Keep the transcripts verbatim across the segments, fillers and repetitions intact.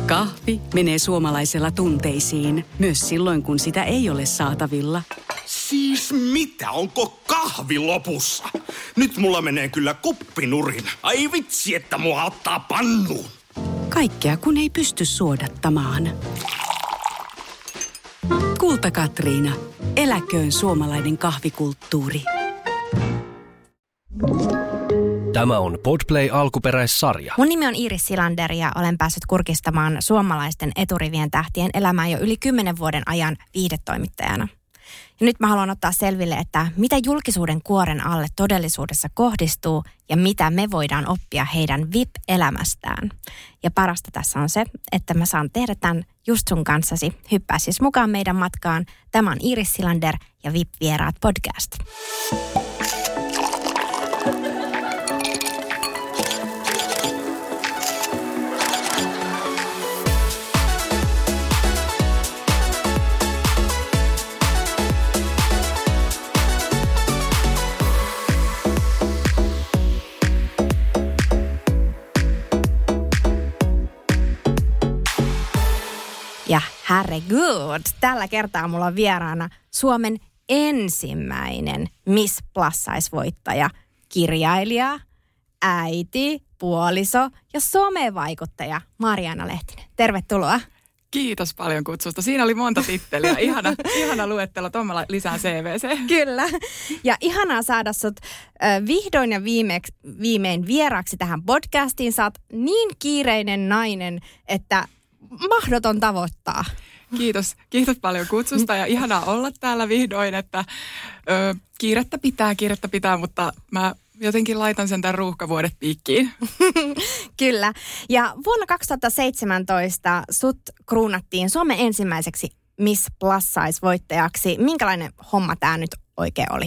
Kahvi menee suomalaisella tunteisiin, myös silloin kun sitä ei ole saatavilla. Siis mitä? Onko kahvi lopussa? Nyt mulla menee kyllä kuppinurin. Ai vitsi, että mua ottaa pannuun. Kaikkea kun ei pysty suodattamaan. Kulta Katriina. Eläköön suomalainen kahvikulttuuri. Tämä on Podplay alkuperäissarja. Mun nimi on Iiris Silander ja olen päässyt kurkistamaan suomalaisten eturivien tähtien elämää jo yli kymmenen vuoden ajan viihdetoimittajana. Ja nyt mä haluan ottaa selville, että mitä julkisuuden kuoren alle todellisuudessa kohdistuu ja mitä me voidaan oppia heidän V I P-elämästään. Ja parasta tässä on se, että mä saan tehdä tämän just sun kanssasi. Hyppää siis mukaan meidän matkaan. Tämä on Iiris Silander ja V I P-vieraat podcast. Ja herregud, tällä kertaa mulla on vieraana Suomen ensimmäinen Miss Plus-size-voittaja, kirjailija, äiti, puoliso ja somevaikuttaja Marjaana Lehtinen. Tervetuloa. Kiitos paljon kutsusta. Siinä oli monta titteliä. Ihana, ihana luettelo. Tuolla lisää C V C. Kyllä. Ja ihanaa saada sut äh, vihdoin ja viimeksi, viimein vieraaksi tähän podcastiin. Sä oot niin kiireinen nainen, että mahdoton tavoittaa. Kiitos. Kiitos paljon kutsusta ja ihanaa olla täällä vihdoin, että ö, kiirettä pitää, kiirettä pitää, mutta mä jotenkin laitan sen tämän ruuhkavuodet piikkiin. Kyllä. Ja vuonna kaksituhattaseitsemäntoista sut kruunattiin Suomen ensimmäiseksi Miss Plus-size-voittajaksi. Minkälainen homma tämä nyt oikein oli?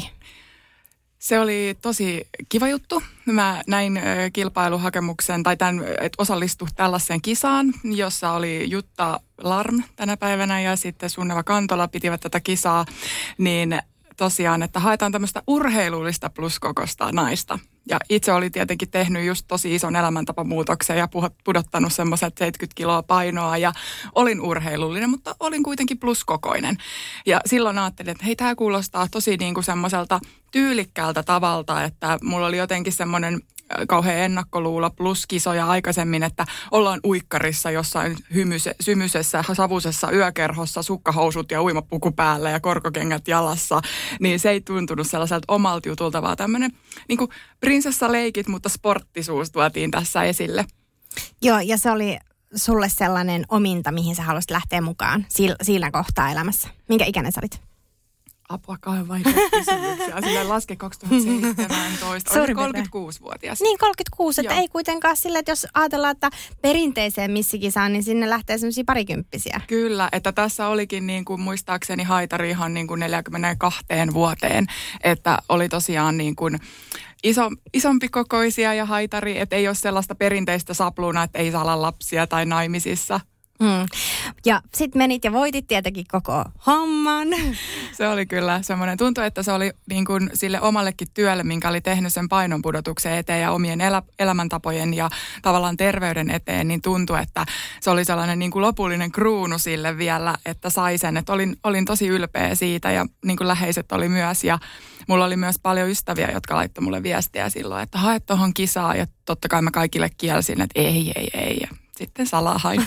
Se oli tosi kiva juttu. Mä näin kilpailuhakemuksen tai tämän, että osallistu tällaiseen kisaan, jossa oli Jutta Larm tänä päivänä ja sitten Sunneva Kantola pitivät tätä kisaa. Niin tosiaan, että haetaan tämmöistä urheilullista pluskokosta naista. Ja itse oli tietenkin tehnyt just tosi ison elämäntapamuutoksen ja pudottanut semmoiset seitsemänkymmentä kiloa painoa ja olin urheilullinen, mutta olin kuitenkin pluskokoinen. Ja silloin ajattelin, että hei, tämä kuulostaa tosi niin kuin semmoiselta tyylikkäältä tavalta, että mulla oli jotenkin semmoinen kauhean ennakkoluulo plus kisoja aikaisemmin, että ollaan uikkarissa jossain hymyse, symysessä, savusessa yökerhossa, sukkahousut ja uimapuku päällä ja korkokengät jalassa, niin se ei tuntunut sellaiselta omalta jutulta, vaan tämmöinen niin kuin prinsessaleikit, mutta sporttisuus tuotiin tässä esille. Joo, ja se oli sulle sellainen ominta, mihin sä haluaisit lähteä mukaan siinä kohtaa elämässä. Minkä ikäinen sä olit? Apua, kauhean vaikea kysymyksiä. Silleen laske kaksituhattaseitsemäntoista. Oli kolmekymmentäkuusi-vuotias. Niin, kolmekymmentäkuusi. Että ei kuitenkaan sille, että jos ajatellaan, että perinteiseen missikisaan, niin sinne lähtee semmoisia parikymppisiä. Kyllä, että tässä olikin niin kuin muistaakseni haitari ihan niin kuin neljäkymmentäkaksi vuoteen. Että oli tosiaan niin kuin iso, isompi kokoisia ja haitari, että ei ole sellaista perinteistä sapluunaa, että ei saa olla lapsia tai naimisissa. Hmm. Ja sitten menit ja voitit tietenkin koko homman. Se oli kyllä semmoinen, tuntui, että se oli niin kuin sille omallekin työlle, minkä oli tehnyt sen painonpudotuksen eteen ja omien elä, elämäntapojen ja tavallaan terveyden eteen, niin tuntui, että se oli sellainen niin kuin lopullinen kruunu sille vielä, että sai sen. Että olin, olin tosi ylpeä siitä ja niin kuin läheiset oli myös ja mulla oli myös paljon ystäviä, jotka laittoi mulle viestiä silloin, että hae tuohon kisaan ja totta kai mä kaikille kielsin, että ei, ei, ei ja sitten salaa hain.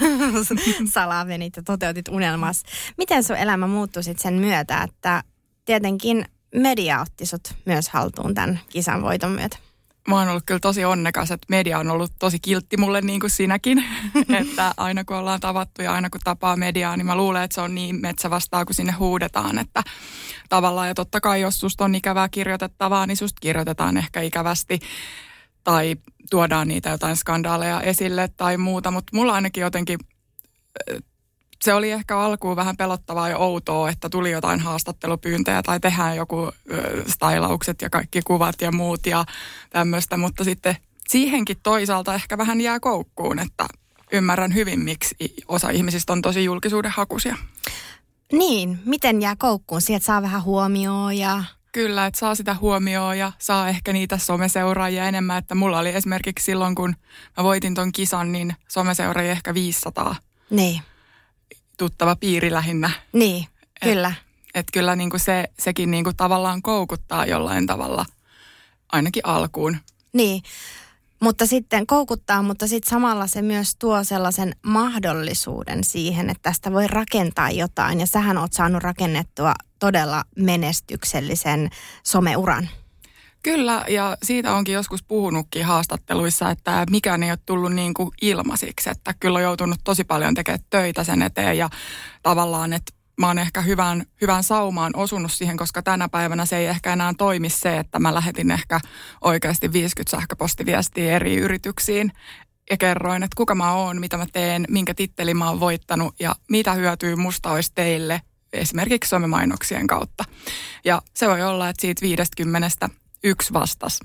Salaa menit ja toteutit unelmas. Miten sun elämä muuttui sit sen myötä, että tietenkin media otti sut myös haltuun tämän kisan voiton myötä? Mä oon ollut kyllä tosi onnekas, että media on ollut tosi kiltti mulle niin kuin sinäkin. Että aina kun ollaan tavattu ja aina kun tapaa mediaa, niin mä luulen, että se on niin metsävastaa, kun sinne huudetaan. Että tavallaan ja totta kai, jos susta on ikävää kirjoitettavaa, niin susta kirjoitetaan ehkä ikävästi. Tai tuodaan niitä jotain skandaaleja esille tai muuta, mutta mulla ainakin jotenkin se oli ehkä alkuun vähän pelottavaa ja outoa, että tuli jotain haastattelupyyntöjä tai tehdään joku stylaukset ja kaikki kuvat ja muut ja tämmöistä, mutta sitten siihenkin toisaalta ehkä vähän jää koukkuun, että ymmärrän hyvin, miksi osa ihmisistä on tosi julkisuuden hakuisia. Niin, miten jää koukkuun? Sieltä saa vähän huomioon ja... Kyllä, että saa sitä huomioon ja saa ehkä niitä someseuraajia enemmän, että mulla oli esimerkiksi silloin, kun mä voitin ton kisan, niin someseuraajia ehkä viisisataa. Niin. Tuttava piiri lähinnä. Niin, kyllä. Että et kyllä niin kuin se, sekin niin kuin tavallaan koukuttaa jollain tavalla, ainakin alkuun. Niin, mutta sitten koukuttaa, mutta sitten samalla se myös tuo sellaisen mahdollisuuden siihen, että tästä voi rakentaa jotain. Ja sähän oot saanut rakennettua todella menestyksellisen someuran. Kyllä, ja siitä onkin joskus puhunutkin haastatteluissa, että mikään ei ole tullut niin kuin ilmaisiksi. Että kyllä on joutunut tosi paljon tekemään töitä sen eteen ja tavallaan, että mä oon ehkä hyvän, hyvän saumaan osunut siihen, koska tänä päivänä se ei ehkä enää toimi se, että mä lähetin ehkä oikeasti viisikymmentä sähköpostiviestiä eri yrityksiin ja kerroin, että kuka mä oon, mitä mä teen, minkä tittelin mä oon voittanut ja mitä hyötyy musta olisi teille esimerkiksi somemainoksien kautta. Ja se voi olla, että siitä viidestäkymmenestä yksi vastas.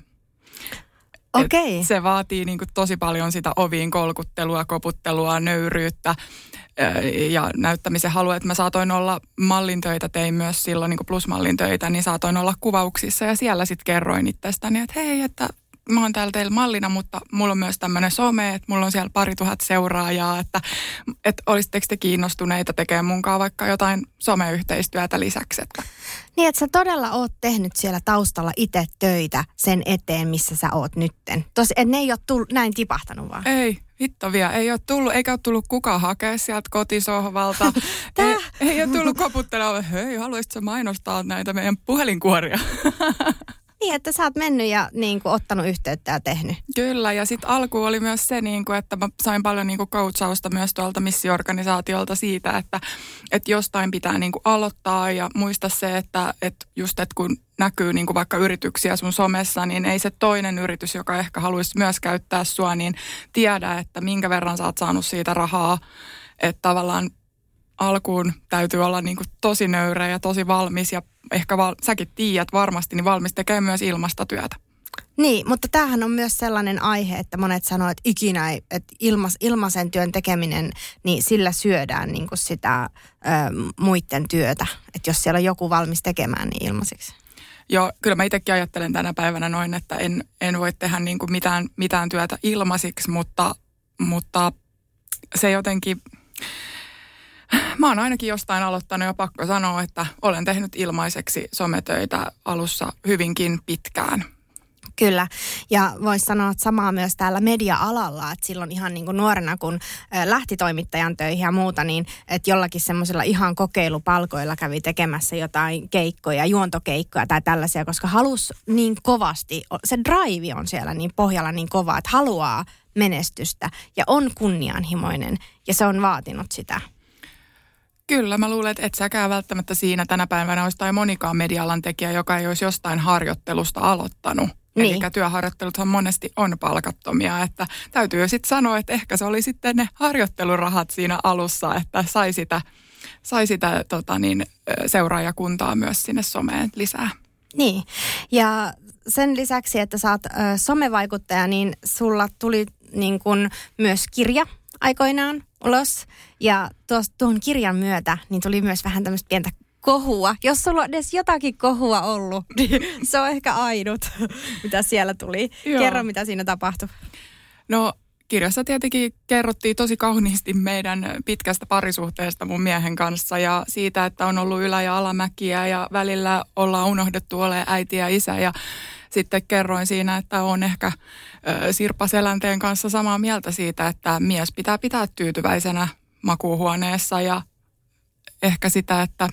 Okei. Se vaatii niin kuin tosi paljon sitä oviin kolkuttelua, koputtelua, nöyryyttä ja näyttämisen halua, että mä saatoin olla mallintöitä, tein myös silloin niin kuin plusmallintöitä, niin saatoin olla kuvauksissa ja siellä sitten kerroin itsestäni, että hei, että mä oon täällä teillä mallina, mutta mulla on myös tämmöinen some, että mulla on siellä pari tuhat seuraajaa, että, että olisitteko te kiinnostuneita tekemään munkaan vaikka jotain someyhteistyötä lisäksi. Että. Niin, että sä todella oot tehnyt siellä taustalla itse töitä sen eteen, missä sä oot nytten. Tosi, että ne ei ole tullut, näin tipahtanut vaan. Ei, hitto vielä. Ei ole tullut, eikä ole tullut kukaan hakea sieltä kotisohvalta. ei, ei ole tullut koputtelemaan, hei, haluaisitko mainostaa näitä meidän puhelinkuoria? Niin, että sä oot mennyt ja niin kuin, ottanut yhteyttä ja tehnyt. Kyllä, ja sitten alku oli myös se, niin kuin, että mä sain paljon niin kuin coachausta myös tuolta missiorganisaatiolta siitä, että, että jostain pitää niin kuin aloittaa ja muista se, että, että just että kun näkyy niin kuin vaikka yrityksiä sun somessa, niin ei se toinen yritys, joka ehkä haluaisi myös käyttää sua, niin tiedä, että minkä verran sä oot saanut siitä rahaa, että tavallaan alkuun täytyy olla niin kuin tosi nöyrä ja tosi valmis ja ehkä val, säkin tiedät varmasti, niin valmis tekee myös ilmasta työtä. Niin, mutta tämähän on myös sellainen aihe, että monet sanoo, että ikinä ei, että ilmas, ilmaisen työn tekeminen, niin sillä syödään niin kuin sitä ö, muiden työtä. Että jos siellä on joku valmis tekemään, niin ilmaiseksi. Joo, kyllä mä itsekin ajattelen tänä päivänä noin, että en, en voi tehdä niin kuin mitään, mitään työtä ilmaisiksi, mutta, mutta se jotenkin. Mä oon ainakin jostain aloittanut ja pakko sanoa, että olen tehnyt ilmaiseksi sometöitä alussa hyvinkin pitkään. Kyllä, ja voisi sanoa että samaa myös täällä media-alalla, että silloin ihan niin kuin nuorena, kun lähti toimittajan töihin ja muuta, niin että jollakin semmoisella ihan kokeilupalkoilla kävi tekemässä jotain keikkoja, juontokeikkoja tai tällaisia, koska halus niin kovasti, se drive on siellä niin pohjalla niin kova, että haluaa menestystä ja on kunnianhimoinen ja se on vaatinut sitä. Kyllä, mä luulen, että et säkään välttämättä siinä tänä päivänä olisi tai monikaan media-alan tekijä, joka ei olisi jostain harjoittelusta aloittanut. Niin. Eli työharjoitteluthan monesti on palkattomia, että täytyy sitten sanoa, että ehkä se oli sitten ne harjoittelurahat siinä alussa, että sai sitä, sai sitä tota niin, seuraajakuntaa myös sinne someen lisää. Niin, ja sen lisäksi, että sä oot ö, somevaikuttaja, niin sulla tuli niin kun myös kirja aikoinaan ulos. Ja tuos, tuon kirjan myötä niin tuli myös vähän tämmöistä pientä kohua. Jos sulla on edes jotakin kohua ollut, niin se on ehkä ainut, mitä siellä tuli. Joo. Kerro, mitä siinä tapahtui. No, kirjassa tietenkin kerrottiin tosi kauniisti meidän pitkästä parisuhteesta mun miehen kanssa ja siitä, että on ollut ylä- ja alamäkiä ja välillä ollaan unohdettu olemaan äiti ja isä ja sitten kerroin siinä, että on ehkä Sirpa Selänteen kanssa samaa mieltä siitä, että mies pitää pitää tyytyväisenä makuuhuoneessa ja ehkä sitä, että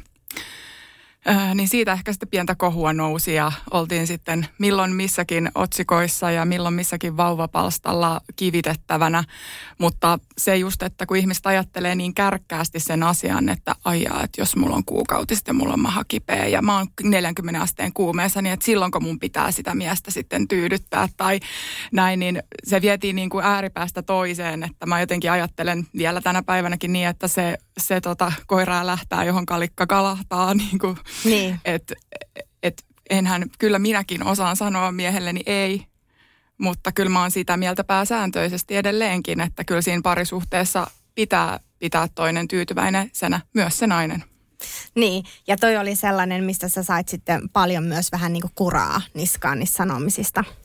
Äh, niin siitä ehkä sitten pientä kohua nousi ja oltiin sitten milloin missäkin otsikoissa ja milloin missäkin vauvapalstalla kivitettävänä. Mutta se just, että kun ihmiset ajattelee niin kärkkäästi sen asian, että aijaa, että jos mulla on kuukautiset ja mulla on maha kipeä ja mä oon neljänkymmenen asteen kuumeessa, niin että silloinko mun pitää sitä miestä sitten tyydyttää tai näin, niin se vietiin niin kuin ääripäästä toiseen, että mä jotenkin ajattelen vielä tänä päivänäkin niin, että se, se tota, koiraa lähtää, johon kalikka kalahtaa niin kuin niin. Että et, enhän, kyllä minäkin osaan sanoa miehelleni ei, mutta kyllä mä oon sitä mieltä pääsääntöisesti edelleenkin, että kyllä siinä parisuhteessa pitää pitää toinen tyytyväisenä, myös se nainen. Niin, ja toi oli sellainen, mistä sä sait sitten paljon myös vähän niin kuin kuraa niskaan niistä sanomisista.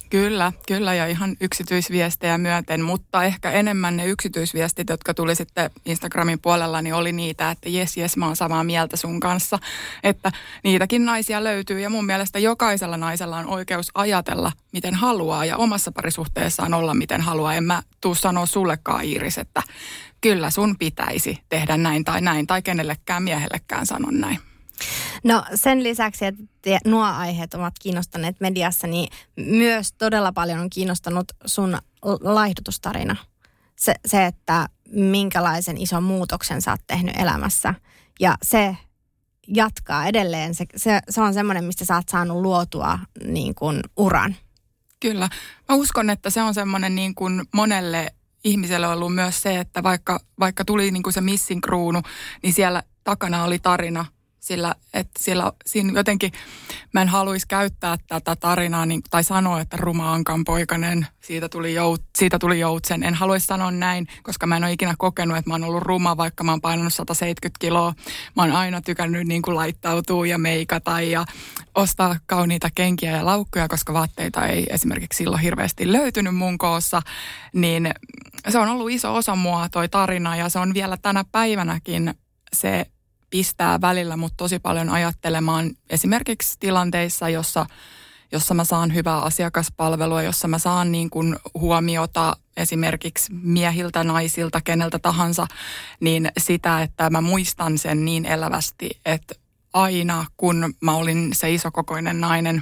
Kyllä, kyllä ja ihan yksityisviestejä myöten, mutta ehkä enemmän ne yksityisviestit, jotka tuli sitten Instagramin puolella, niin oli niitä, että jes, jes, mä oon samaa mieltä sun kanssa, että niitäkin naisia löytyy ja mun mielestä jokaisella naisella on oikeus ajatella, miten haluaa ja omassa parisuhteessaan olla, miten haluaa. En mä tuu sanoa sullekaan, Iiris, että kyllä sun pitäisi tehdä näin tai näin tai kenellekään miehellekään sanon näin. No sen lisäksi, että nuo aiheet ovat kiinnostaneet mediassa, niin myös todella paljon on kiinnostanut sun laihdutustarina. Se, se että minkälaisen ison muutoksen sä oot tehnyt elämässä. Ja se jatkaa edelleen. Se, se, se on semmoinen, mistä sä oot saanut luotua niin kuin uran. Kyllä. Mä uskon, että se on semmoinen niin kuin monelle ihmiselle on ollut myös se, että vaikka, vaikka tuli niin kuin se missin kruunu, niin siellä takana oli tarina. Sillä, että siellä, siinä jotenkin mä en haluaisi käyttää tätä tarinaa niin, tai sanoa, että ruma Ankan poikainen, siitä tuli, jout, siitä tuli joutsen. En haluaisi sanoa näin, koska mä en ole ikinä kokenut, että mä oon ollut ruma, vaikka mä oon painanut sata seitsemänkymmentä kiloa. Mä oon aina tykännyt niin kuin laittautua ja meikata ja ostaa kauniita kenkiä ja laukkuja, koska vaatteita ei esimerkiksi silloin hirveästi löytynyt mun koossa. Niin se on ollut iso osa mua toi tarina ja se on vielä tänä päivänäkin se pistää välillä mut tosi paljon ajattelemaan esimerkiksi tilanteissa, jossa, jossa mä saan hyvää asiakaspalvelua, jossa mä saan niin kuin huomiota esimerkiksi miehiltä, naisilta, keneltä tahansa, niin sitä, että mä muistan sen niin elävästi, että aina kun mä olin se isokokoinen nainen,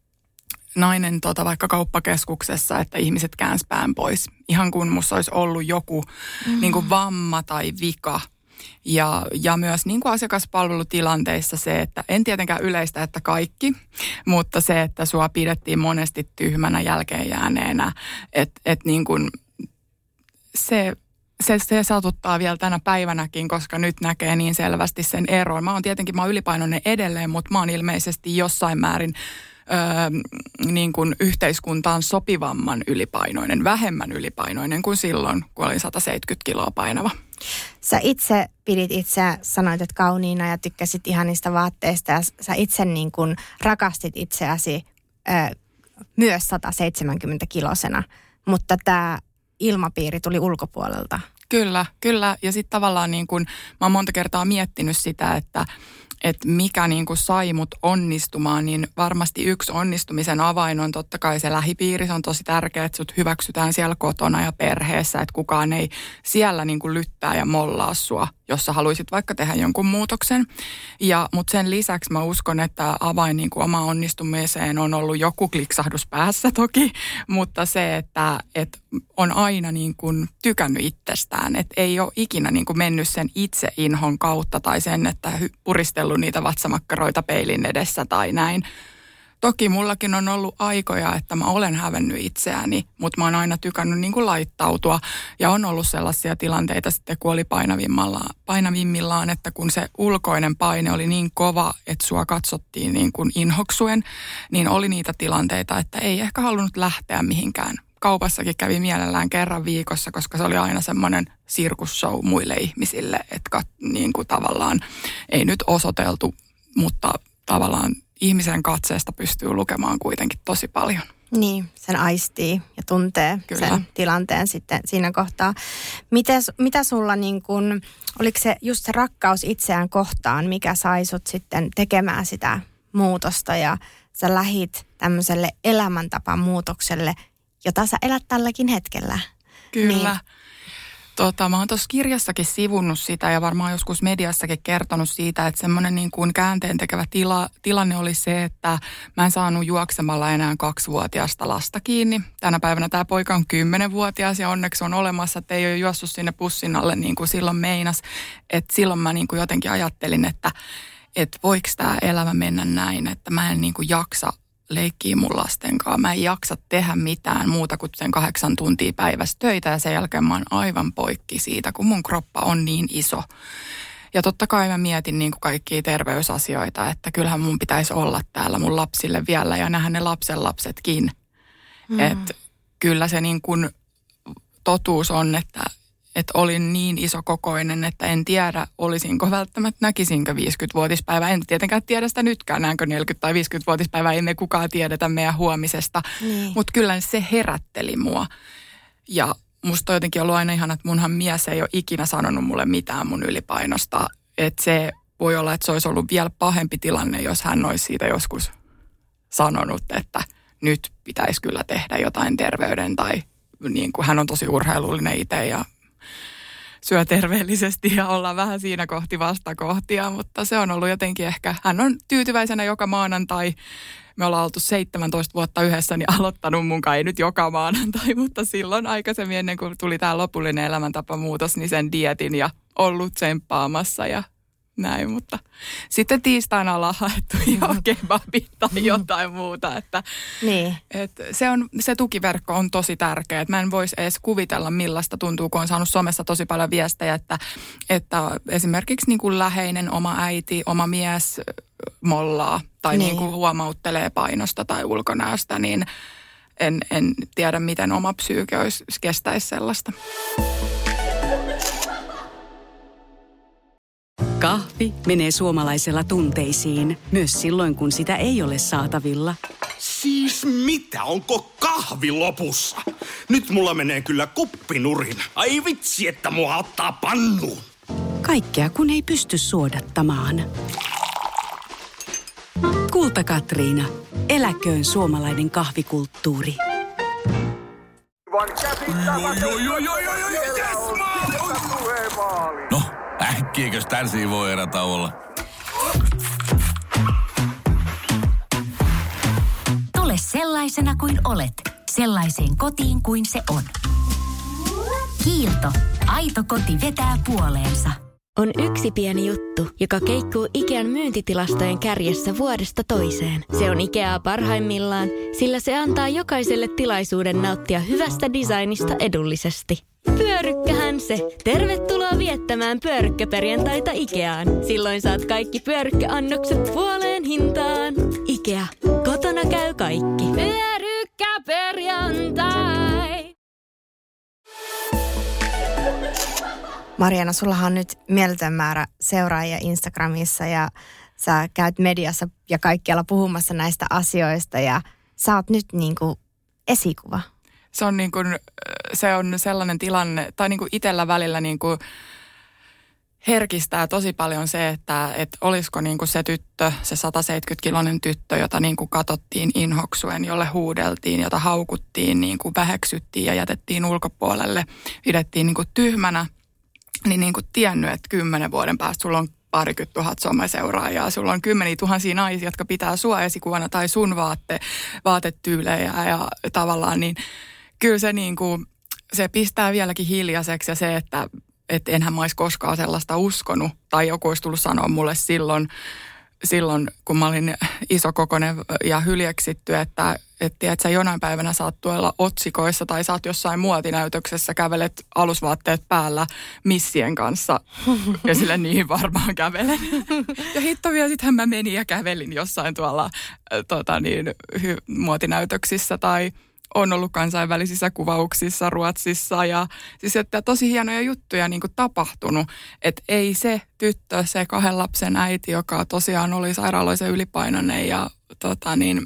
nainen tota, vaikka kauppakeskuksessa, että ihmiset käänsi pään pois, ihan kun musta olisi ollut joku mm. niin kuin vamma tai vika. Ja, ja myös niin kuin asiakaspalvelutilanteissa se, että en tietenkään yleistä, että kaikki, mutta se, että sua pidettiin monesti tyhmänä jälkeenjääneenä, että et niin kuin se, se, se satuttaa vielä tänä päivänäkin, koska nyt näkee niin selvästi sen eron. Mä oon tietenkin, mä oon ylipainoinen edelleen, mutta mä oon ilmeisesti jossain määrin Öö, niin kuin yhteiskuntaan sopivamman ylipainoinen, vähemmän ylipainoinen kuin silloin, kun olin sata seitsemänkymmentä kiloa painava. Sä itse pidit itseä, sanoit, että kauniina ja tykkäsit ihan niistä vaatteista ja sä itse niin kuin rakastit itseäsi ö, myös sata seitsemänkymmentä kilosena, mutta tämä ilmapiiri tuli ulkopuolelta. Kyllä, kyllä. Ja sitten tavallaan niin kuin, mä oon monta kertaa miettinyt sitä, että että mikä niin kuin sai mut onnistumaan, niin varmasti yksi onnistumisen avain on totta kai se lähipiiri. Se on tosi tärkeää, että sut hyväksytään siellä kotona ja perheessä, että kukaan ei siellä niin kuin lyttää ja mollaa sua, jos sä haluaisit vaikka tehdä jonkun muutoksen. Ja, mutta sen lisäksi mä uskon, että avain niin kuin oma onnistumiseen on ollut joku kliksahdus päässä toki, mutta se, että, että on aina niin kuin tykännyt itsestään, että ei ole ikinä niin kuin mennyt sen itseinhon kautta tai sen, että puristellut niitä vatsamakkaroita peilin edessä tai näin. Toki mullakin on ollut aikoja, että mä olen hävennyt itseäni, mutta mä oon aina tykännyt niin kuin laittautua. Ja on ollut sellaisia tilanteita sitten, kun oli painavimmillaan, että kun se ulkoinen paine oli niin kova, että sua katsottiin niin kuin inhoksuen, niin oli niitä tilanteita, että ei ehkä halunnut lähteä mihinkään. Kaupassakin kävi mielellään kerran viikossa, koska se oli aina semmoinen sirkusshow muille ihmisille, että niin kuin tavallaan ei nyt osoiteltu, mutta tavallaan ihmisen katseesta pystyy lukemaan kuitenkin tosi paljon. Niin, sen aistii ja tuntee Kyllä. sen tilanteen sitten siinä kohtaa. Mites, mitä sulla niin kun, oliko se just se rakkaus itseään kohtaan, mikä sai sut sitten tekemään sitä muutosta ja sä lähit tämmöiselle elämäntapamuutokselle, jota sä elät tälläkin hetkellä? Kyllä. Niin. Tota, mä oon tuossa kirjassakin sivunnut sitä ja varmaan joskus mediassakin kertonut siitä, että semmoinen niin kuin käänteen tekevä tila, tilanne oli se, että mä en saanut juoksemalla enää kaksivuotiaasta lasta kiinni. Tänä päivänä tämä poika on kymmenvuotias ja onneksi on olemassa, että ei ole juossut sinne pussin alle niin kuin silloin meinas. Että silloin mä niin kuin jotenkin ajattelin, että, että voiko tämä elämä mennä näin, että mä en niin kuin jaksa leikkii mun lasten kanssa. Mä en jaksa tehdä mitään muuta kuin sen kahdeksan tuntia päivässä töitä ja sen jälkeen mä oon aivan poikki siitä, kun mun kroppa on niin iso. Ja totta kai mä mietin niin kuin kaikkia terveysasioita, että kyllähän mun pitäisi olla täällä mun lapsille vielä ja nähdä ne lapsenlapsetkin. Mm. Että kyllä se niin kuin totuus on, että että olin niin isokokoinen, että en tiedä, olisinko välttämättä, näkisinkö viisikymmenvuotispäivää. En tietenkään tiedä sitä nytkään, näinkö neljäkymmentä- tai viisikymmenvuotispäivää, emme kukaan tiedetä meidän huomisesta. Niin. Mutta kyllä se herätteli mua. Ja musta on jotenkin ollut aina ihana, että munhan mies ei ole ikinä sanonut mulle mitään mun ylipainosta. Että se voi olla, että se olisi ollut vielä pahempi tilanne, jos hän olisi siitä joskus sanonut, että nyt pitäisi kyllä tehdä jotain terveyden tai niin kuin hän on tosi urheilullinen itse ja syö terveellisesti ja ollaan vähän siinä kohti vastakohtia, mutta se on ollut jotenkin ehkä, hän on tyytyväisenä joka maanantai. Me ollaan oltu seitsemäntoista vuotta yhdessä, niin aloittanut munkaan, ei nyt joka maanantai, mutta silloin aikaisemmin ennen kuin tuli tämä lopullinen elämäntapamuutos, niin sen dietin ja ollut tsemppaamassa ja näin, mutta sitten tiistaina ollaan haettu jo kebabit tai jotain muuta, että, niin. että se, on, se tukiverkko on tosi tärkeä, että mä en voisi edes kuvitella millaista tuntuu, kun on saanut somessa tosi paljon viestejä, että, että esimerkiksi niin kuin läheinen oma äiti, oma mies mollaa tai niin. Niin kuin huomauttelee painosta tai ulkonäöstä, niin en, en tiedä, miten oma psyyke olisi, kestäisi sellaista. Kahvi menee suomalaisella tunteisiin, myös silloin kun sitä ei ole saatavilla. Siis mitä? Onko kahvi lopussa? Nyt mulla menee kyllä kuppinurin. Ai vitsi, että mua ottaa pannuun. Kaikkea kun ei pysty suodattamaan. Kulta Katriina. Eläköön suomalainen kahvikulttuuri. No, äkkiäkös tän siivoo erätauolla? Tule sellaisena kuin olet, sellaiseen kotiin kuin se on. Kiilto. Aito koti vetää puoleensa. On yksi pieni juttu, joka keikkuu Ikean myyntitilastojen kärjessä vuodesta toiseen. Se on Ikeaa parhaimmillaan, sillä se antaa jokaiselle tilaisuuden nauttia hyvästä designista edullisesti. Pyörykkähän se! Tervetuloa viettämään pyörykkäperjantaita Ikeaan. Silloin saat kaikki pyörykkäannokset puoleen hintaan. Ikea. Kotona käy kaikki. Pyörykkäperjantai! Mariana, sullahan on nyt mieletön määrä seuraajia Instagramissa ja sä käyt mediassa ja kaikkialla puhumassa näistä asioista ja sä oot nyt niin kuin esikuva. Se on, niin kuin, se on sellainen tilanne, tai niin kuin itsellä välillä niin kuin herkistää tosi paljon se, että, että olisiko niin kuin se tyttö, se sataseitsemänkymmentä-kiloinen tyttö, jota niin kuin katsottiin inhoksuen, jolle huudeltiin, jota haukuttiin, niin kuin väheksyttiin ja jätettiin ulkopuolelle, pidettiin niin kuin tyhmänä, niin, niin kuin tiennyt, että kymmenen vuoden päästä sulla on parikymmentä tuhat someseuraajaa. Sulla on kymmeniä tuhansia naisia, jotka pitää sua esikuvana tai sun vaatte, vaatetyylejä ja tavallaan niin kyllä se, niin kuin, se pistää vieläkin hiljaiseksi ja se, että et enhän mä olisi koskaan sellaista uskonut tai joku olisi tullut sanoa mulle silloin, silloin kun mä olin isokokoinen ja hyljeksitty, että et, tiedät, sä jonain päivänä saat tuolla otsikoissa tai saat jossain muotinäytöksessä, kävelet alusvaatteet päällä missien kanssa ja sille niihin varmaan kävelen. Ja hitto vielä, sittenhän mä menin ja kävelin jossain tuolla tota niin, hy, muotinäytöksissä tai on ollut kansainvälisissä kuvauksissa Ruotsissa ja siis että tosi hienoja juttuja niin kuin tapahtunut. Että ei se tyttö, se kahden lapsen äiti, joka tosiaan oli sairaaloisen ylipainoinen ja tota niin,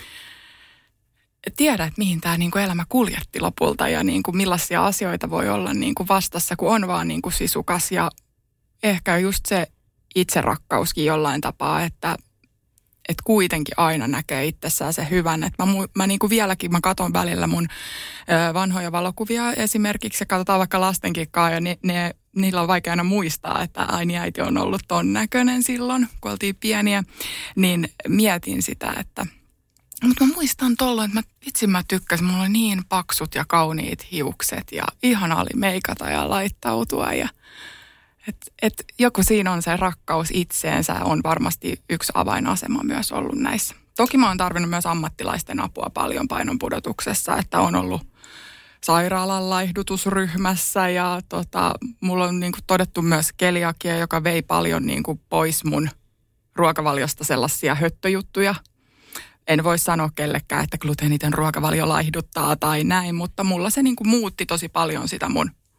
tiedä, että mihin tämä niin kuin elämä kuljetti lopulta ja niin kuin millaisia asioita voi olla niin kuin vastassa, kun on vaan niin kuin sisukas ja ehkä just se itserakkauskin jollain tapaa, että että kuitenkin aina näkee itsessään se hyvän. Että mä, mä niin kuin vieläkin, mä katon välillä mun ö, vanhoja valokuvia esimerkiksi ja katsotaan vaikka lastenkin kanssa ja ne, ne, niillä on vaikea aina muistaa, että aini äiti on ollut ton näköinen silloin, kun oltiin pieniä. Niin mietin sitä, että mutta mä muistan tolloin, että mä, itse mä tykkäsin, mulla oli niin paksut ja kauniit hiukset ja ihana oli meikata ja laittautua ja Että et joku siinä on se rakkaus itseensä on varmasti yksi avainasema myös ollut näissä. Toki mä oon tarvinnut myös ammattilaisten apua paljon painonpudotuksessa, että on ollut sairaalan laihdutusryhmässä ja tota, mulla on niinku todettu myös keliakia, joka vei paljon niinku pois mun ruokavaliosta sellaisia höttöjuttuja. En voi sanoa kellekään, että gluteeniton ruokavalio laihduttaa tai näin, mutta mulla se niinku muutti tosi paljon sitä mun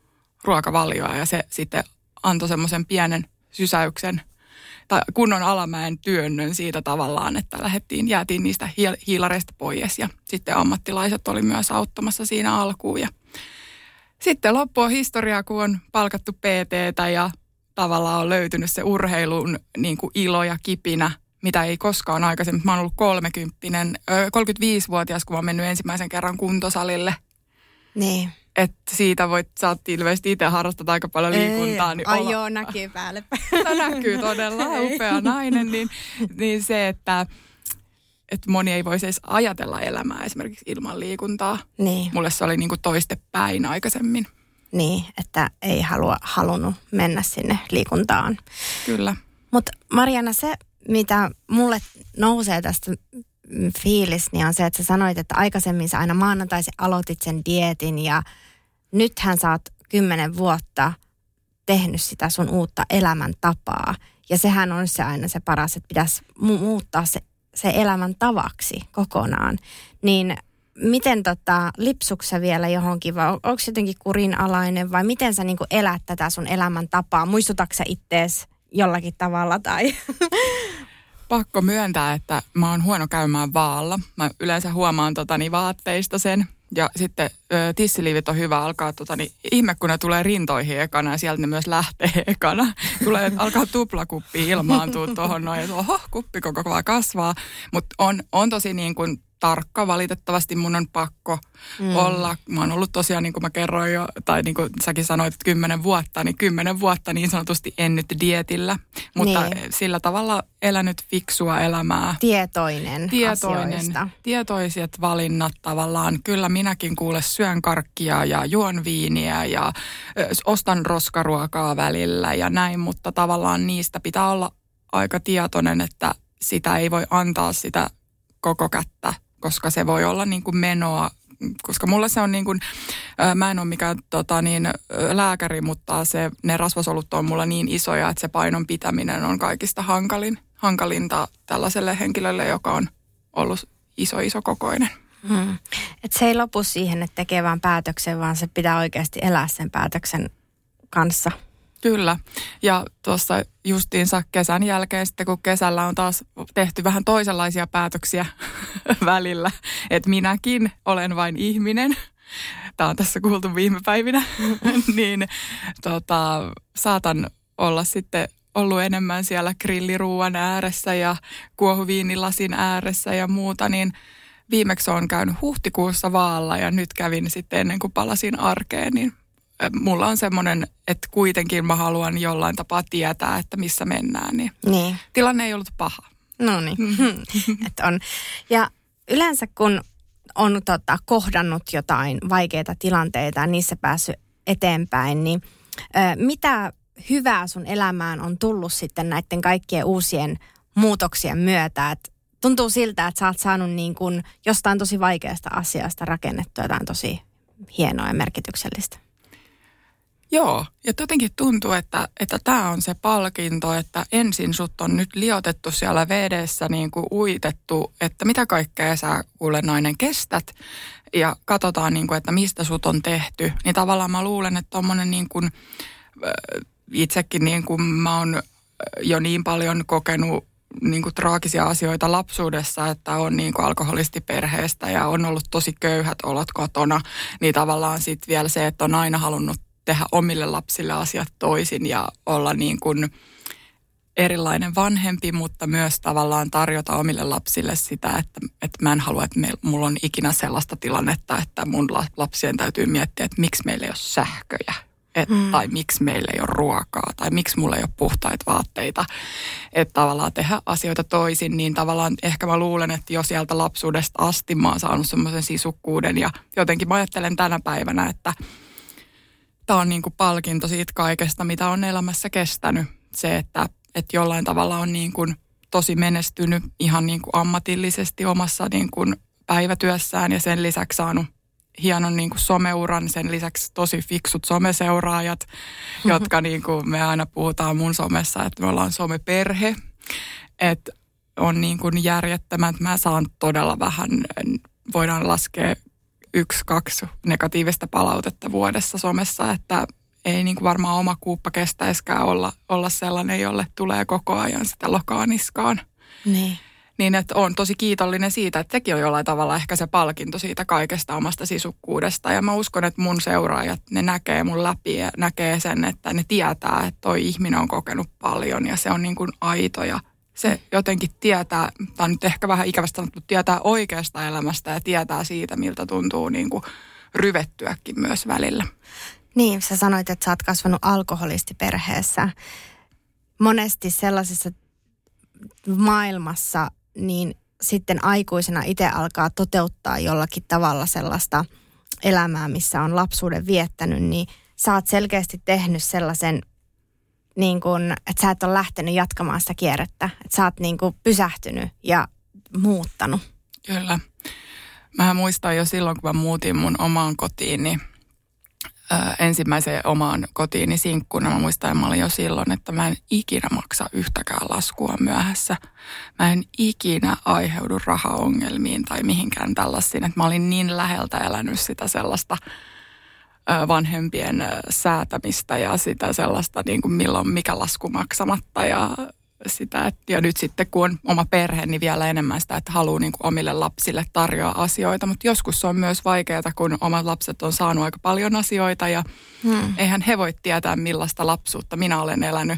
ruokavalioa ja se sitten antoi semmoisen pienen sysäyksen tai kunnon alamäen työnnön siitä tavallaan, että lähdettiin, jäätiin niistä hiilareista pois ja sitten ammattilaiset oli myös auttamassa siinä alkuun ja sitten loppu on historiaa, kun on palkattu P T:tä ja tavallaan on löytynyt se urheilun niin kuin ilo ja kipinä, mitä ei koskaan aikaisemmin. Mä oon ollut kolmekymppinen, kolmekymmentäviisivuotias, kun mä oon mennyt ensimmäisen kerran kuntosalille. Niin. Että siitä voit, sä oot ilmeisesti itse harrastat aika paljon liikuntaa. Niin ai olla, joo, näkyy päälle. Se näkyy todella, upea nainen. Niin, niin se, että, että moni ei voisi edes ajatella elämää esimerkiksi ilman liikuntaa. Niin. Mulle se oli niin kuin toistepäin aikaisemmin. Niin, että ei halua, halunnut mennä sinne liikuntaan. Kyllä. Mutta Marianna, se mitä mulle nousee tästä fiilis, niin on se, että sä sanoit, että aikaisemmin sä aina maanantaisin aloitit sen dieetin ja nythän sä oot kymmenen vuotta tehnyt sitä sun uutta elämäntapaa. Ja sehän on se aina se paras, että pitäisi mu- muuttaa se, se elämän tavaksi kokonaan. Niin miten tota, lipsuksi sä vielä johonkin vai onko jotenkin kurinalainen vai miten sä niinku elät tätä sun elämäntapaa? Muistutatko sä ittees jollakin tavalla tai... Pakko myöntää, että mä oon huono käymään vaalla. Mä yleensä huomaan totani, vaatteista sen. Ja sitten ö, tissiliivit on hyvä alkaa, totani, ihme kun ne tulee rintoihin ekana ja sieltä ne myös lähtee ekana. Tulee, alkaa tuplakuppi ilmaantua tuohon noin, että oho, kuppi koko vaan kasvaa. Mutta on, on tosi niin kuin tarkka, valitettavasti mun on pakko mm. olla. Mä oon ollut tosiaan, niin kuin mä kerroin jo, tai niin kuin säkin sanoit, että kymmenen vuotta, niin kymmenen vuotta niin sanotusti en nyt dietillä. Mutta niin. Sillä tavalla elänyt fiksua elämää. Tietoinen, Tietoinen asioista. Tietoiset valinnat tavallaan. Kyllä minäkin kuule syön karkkia ja juon viiniä ja ö, ostan roskaruokaa välillä ja näin, mutta tavallaan niistä pitää olla aika tietoinen, että sitä ei voi antaa sitä koko kättä, koska se voi olla niin kuin menoa, koska mulla se on niin kuin, mä en ole mikään tota niin, lääkäri, mutta se, ne rasvasolut on mulla niin isoja, että se painon pitäminen on kaikista hankalin, hankalinta tällaiselle henkilölle, joka on ollut iso, iso kokoinen. Hmm. Että se ei lopu siihen, että tekee vaan päätöksen, vaan se pitää oikeasti elää sen päätöksen kanssa. Kyllä. Ja tuossa justiinsa kesän jälkeen sitten, kun kesällä on taas tehty vähän toisenlaisia päätöksiä välillä, että minäkin olen vain ihminen. Tämä on tässä kuultu viime päivinä. niin tota, saatan olla sitten ollut enemmän siellä grilliruuan ääressä ja kuohuviinilasin ääressä ja muuta, niin viimeksi olen käynyt huhtikuussa vaalla ja nyt kävin sitten ennen kuin palasin arkeen, niin mulla on semmoinen, että kuitenkin mä haluan jollain tapaa tietää, että missä mennään, niin, niin. Tilanne ei ollut paha. No niin, että on. Ja yleensä kun on tota, kohdannut jotain vaikeita tilanteita ja niissä päässyt eteenpäin, niin ö, mitä hyvää sun elämään on tullut sitten näiden kaikkien uusien muutoksien myötä? Et tuntuu siltä, että sä oot saanut niin kun jostain tosi vaikeasta asiasta rakennettua jotain tosi hienoa ja merkityksellistä. Joo, ja jotenkin tuntuu, että että tämä on se palkinto, että ensin sut on nyt liotettu siellä vedessä, niin kuin uitettu, että mitä kaikkea sä kuule nainen kestät, ja katsotaan, niin kuin, että mistä sut on tehty. Niin tavallaan mä luulen, että tommonen niin kuin, itsekin niin kuin mä oon jo niin paljon kokenut niin kuin traagisia asioita lapsuudessa, että on niin kuin alkoholistiperheestä ja on ollut tosi köyhät olot kotona, niin tavallaan sitten vielä se, että on aina halunnut tehdä omille lapsille asiat toisin ja olla niin kuin erilainen vanhempi, mutta myös tavallaan tarjota omille lapsille sitä, että, että mä en halua, että me, mulla on ikinä sellaista tilannetta, että mun lapsien täytyy miettiä, että miksi meillä ei ole sähköjä. Et, mm. Tai miksi meillä ei ole ruokaa, tai miksi mulla ei ole puhtaita vaatteita. Että tavallaan tehdä asioita toisin, niin tavallaan ehkä mä luulen, että jo sieltä lapsuudesta asti mä oon saanut semmoisen sisukkuuden. Ja jotenkin mä ajattelen tänä päivänä, että tämä on niin kuin palkinto siitä kaikesta, mitä on elämässä kestänyt. Se, että, että jollain tavalla on niin kuin tosi menestynyt ihan niin kuin ammatillisesti omassa niin kuin päivätyössään ja sen lisäksi saanut hienon niin kuin someuran, sen lisäksi tosi fiksut someseuraajat, mm-hmm. jotka niin kuin me aina puhutaan mun somessa, että me ollaan someperhe. Että on niin kuin järjettömän, mä saan todella vähän, voidaan laskea yksi, kaksi negatiivista palautetta vuodessa somessa, että ei niin kuin varmaan oma kuuppa kestäisikään olla, olla sellainen, jolle tulee koko ajan sitä lokaa niskaan. Niin. Niin, että on tosi kiitollinen siitä, että sekin on jollain tavalla ehkä se palkinto siitä kaikesta omasta sisukkuudesta. Ja mä uskon, että mun seuraajat, ne näkee mun läpi ja näkee sen, että ne tietää, että toi ihminen on kokenut paljon ja se on niin kuin aito ja se jotenkin tietää, tämä on nyt ehkä vähän ikävästi sanottu, tietää oikeasta elämästä ja tietää siitä, miltä tuntuu niin kuin ryvettyäkin myös välillä. Niin, sä sanoit, että sä oot kasvanut alkoholistiperheessä. Monesti sellaisessa maailmassa, niin sitten aikuisena itse alkaa toteuttaa jollakin tavalla sellaista elämää, missä on lapsuuden viettänyt, niin sä oot selkeästi tehnyt sellaisen, niin kun, että sä et ole lähtenyt jatkamaan sitä kierrettä. Että sä oot niin kun pysähtynyt ja muuttanut. Kyllä. Mä muistan jo silloin, kun mä muutin mun omaan kotiin, niin ää, ensimmäiseen omaan kotiini sinkkuna. Mä muistan, että mä olin jo silloin, että mä en ikinä maksa yhtäkään laskua myöhässä. Mä en ikinä aiheudu rahaongelmiin tai mihinkään tällaisiin. Että mä olin niin läheltä elänyt sitä sellaista ää, vanhempien ää, säätämistä ja sitä sellaista, niin kuin milloin mikä lasku maksamatta ja sitä, että, ja nyt sitten kun on oma perhe, niin vielä enemmän sitä, että haluaa niin kuin omille lapsille tarjoa asioita. Mutta joskus se on myös vaikeaa, kun omat lapset on saanut aika paljon asioita ja hmm. eihän he voi tietää, millaista lapsuutta minä olen elänyt.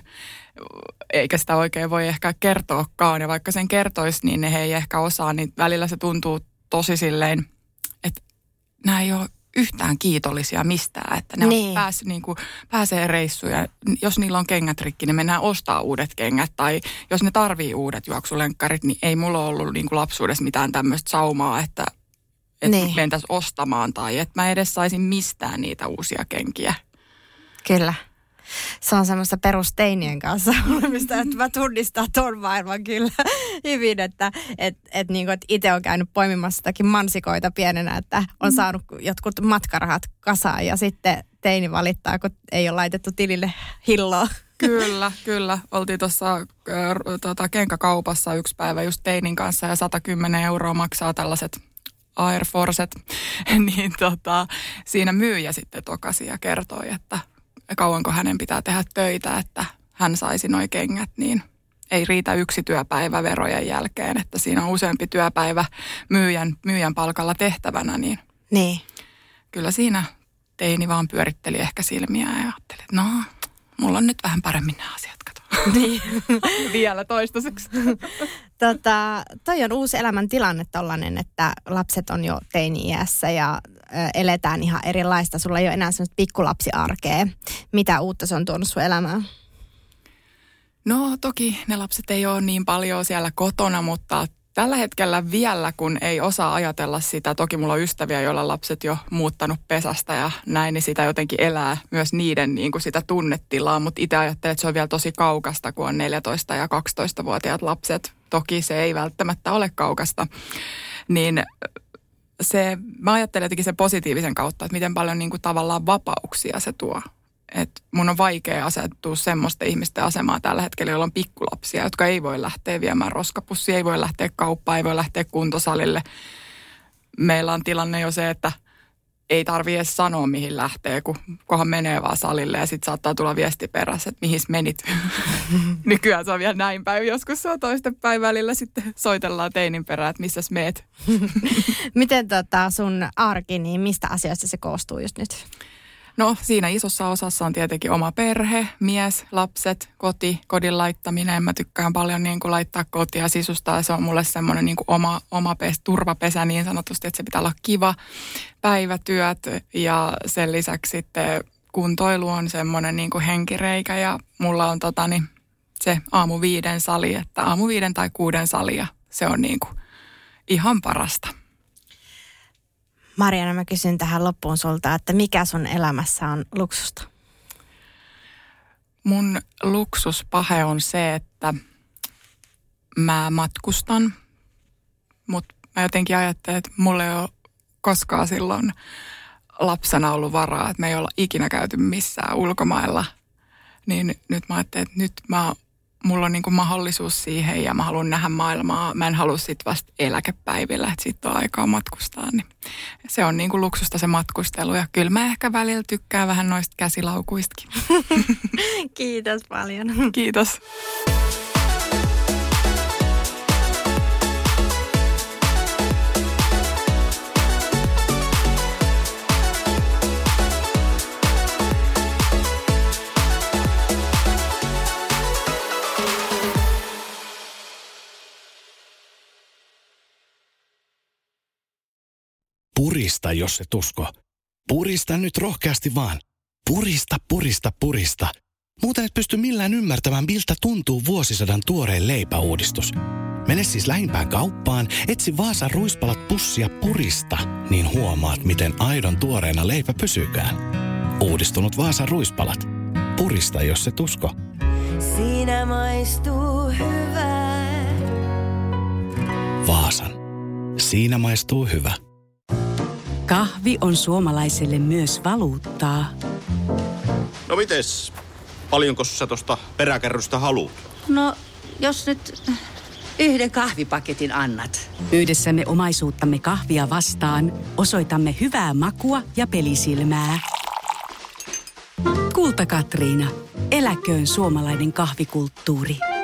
Eikä sitä oikein voi ehkä kertoakaan. Ja vaikka sen kertoisi, niin ne he ei ehkä osaa, niin välillä se tuntuu tosi silleen, että nämä ei ole yhtään kiitollisia mistään, että ne niin. on pääs, niin kuin, pääsee reissuja. Jos niillä on kengät rikki, niin mennään ostaa uudet kengät. Tai jos ne tarvii uudet juoksulenkkarit, niin ei mulla ollut niin kuin lapsuudessa mitään tämmöistä saumaa, että, että niin. mentäisiin ostamaan. Tai että mä edes saisin mistään niitä uusia kenkiä. Kyllä. Se on semmoista perusteinien kanssa olemista, että mä tunnistan ton maailman kyllä hyvin, että et, et niinku, et itse on käynyt poimimassa sitäkin mansikoita pienenä, että on saanut jotkut matkarahat kasaan ja sitten teini valittaa, kun ei ole laitettu tilille hilloa. Kyllä, kyllä. Oltiin tuossa äh, tota, kenkäkaupassa yksi päivä just teinin kanssa ja sata kymmenen euroa maksaa tällaiset Air Forcet, niin tota, siinä myyjä sitten tokasi ja kertoi, että kauanko hänen pitää tehdä töitä, että hän saisi noi kengät, niin ei riitä yksi työpäivä verojen jälkeen, että siinä on useampi työpäivä myyjän, myyjän palkalla tehtävänä, niin, niin kyllä siinä teini vaan pyöritteli ehkä silmiä ja ajatteli, että no, mulla on nyt vähän paremmin nämä asiat, kato. Niin. Vielä toistaiseksi. Tota, toi on uusi elämäntilanne tollainen, että lapset on jo teini-iässä ja ö, eletään ihan erilaista. Sulla ei ole enää semmoista pikkulapsiarkea. Mitä uutta se on tuonut sun elämään? No toki ne lapset ei ole niin paljon siellä kotona, mutta tällä hetkellä vielä, kun ei osaa ajatella sitä, toki mulla on ystäviä, joilla lapset jo muuttanut pesästä ja näin, niin sitä jotenkin elää myös niiden niin kuin sitä tunnetilaa, mutta itse ajattelen, että se on vielä tosi kaukasta, kun on neljätoista- ja kaksitoistavuotiaat lapset. Toki se ei välttämättä ole kaukasta, niin se, mä ajattelen jotenkin sen positiivisen kautta, että miten paljon niin kuin tavallaan vapauksia se tuo. Että mun on vaikea asettua semmoisten ihmisten asemaa tällä hetkellä, joilla on pikkulapsia, jotka ei voi lähteä viemään roskapussia, ei voi lähteä kauppaan, ei voi lähteä kuntosalille. Meillä on tilanne jo se, että ei tarvitse edes sanoa, mihin lähtee, kun kohan menee vaan salille ja sitten saattaa tulla viesti perässä, että mihin menit. Nykyään se on vielä näin päin, joskus se on toisten päin välillä, sitten soitellaan teinin perään, että missäs meet. Miten tota sun arki, niin mistä asioista se koostuu just nyt? No siinä isossa osassa on tietenkin oma perhe, mies, lapset, koti, kodin laittaminen. Mä tykkään paljon niin kuin laittaa kotia ja sisustaa. Se on mulle semmoinen niin kuin oma, oma pes, turvapesä niin sanotusti, että se pitää olla kiva. Päivätyöt ja sen lisäksi sitten kuntoilu on semmoinen niin kuin henkireikä. Ja mulla on totani, se aamu viiden sali, että aamu viiden tai kuuden sali ja se on niin kuin ihan parasta. Mariana, mä kysyn tähän loppuun sulta, että mikä sun elämässä on luksusta? Mun luksuspahe on se, että mä matkustan, mutta mä jotenkin ajattelen, että mulla ei ole koskaan silloin lapsena ollut varaa, että me ei olla ikinä käyty missään ulkomailla. Niin nyt mä ajattelin, että nyt mä, mulla on niin kuin mahdollisuus siihen ja mä haluan nähdä maailmaa. Mä en halua sit vasta eläkepäivillä, että sit on aikaa matkustaa. Niin se on niin kuin luksusta se matkustelu ja kyllä mä ehkä välillä tykkään vähän noista käsilaukuistakin. Kiitos paljon. Kiitos. Purista, jos et usko. Purista nyt rohkeasti vaan. Purista, purista, purista. Muuten et pysty millään ymmärtämään, miltä tuntuu vuosisadan tuoreen leipäuudistus. Mene siis lähimpään kauppaan, etsi Vaasan ruispalat pussia Purista, niin huomaat, miten aidon tuoreena leipä pysyykään. Uudistunut Vaasan ruispalat. Purista, jos et usko. Siinä maistuu hyvää. Vaasan. Siinä maistuu hyvä. Kahvi on suomalaiselle myös valuuttaa. No mites? Paljonko sä tosta peräkärrystä haluat? No, jos nyt yhden kahvipaketin annat. Yhdessämme omaisuuttamme kahvia vastaan osoitamme hyvää makua ja pelisilmää. Kulta Katriina. Eläköön suomalainen kahvikulttuuri.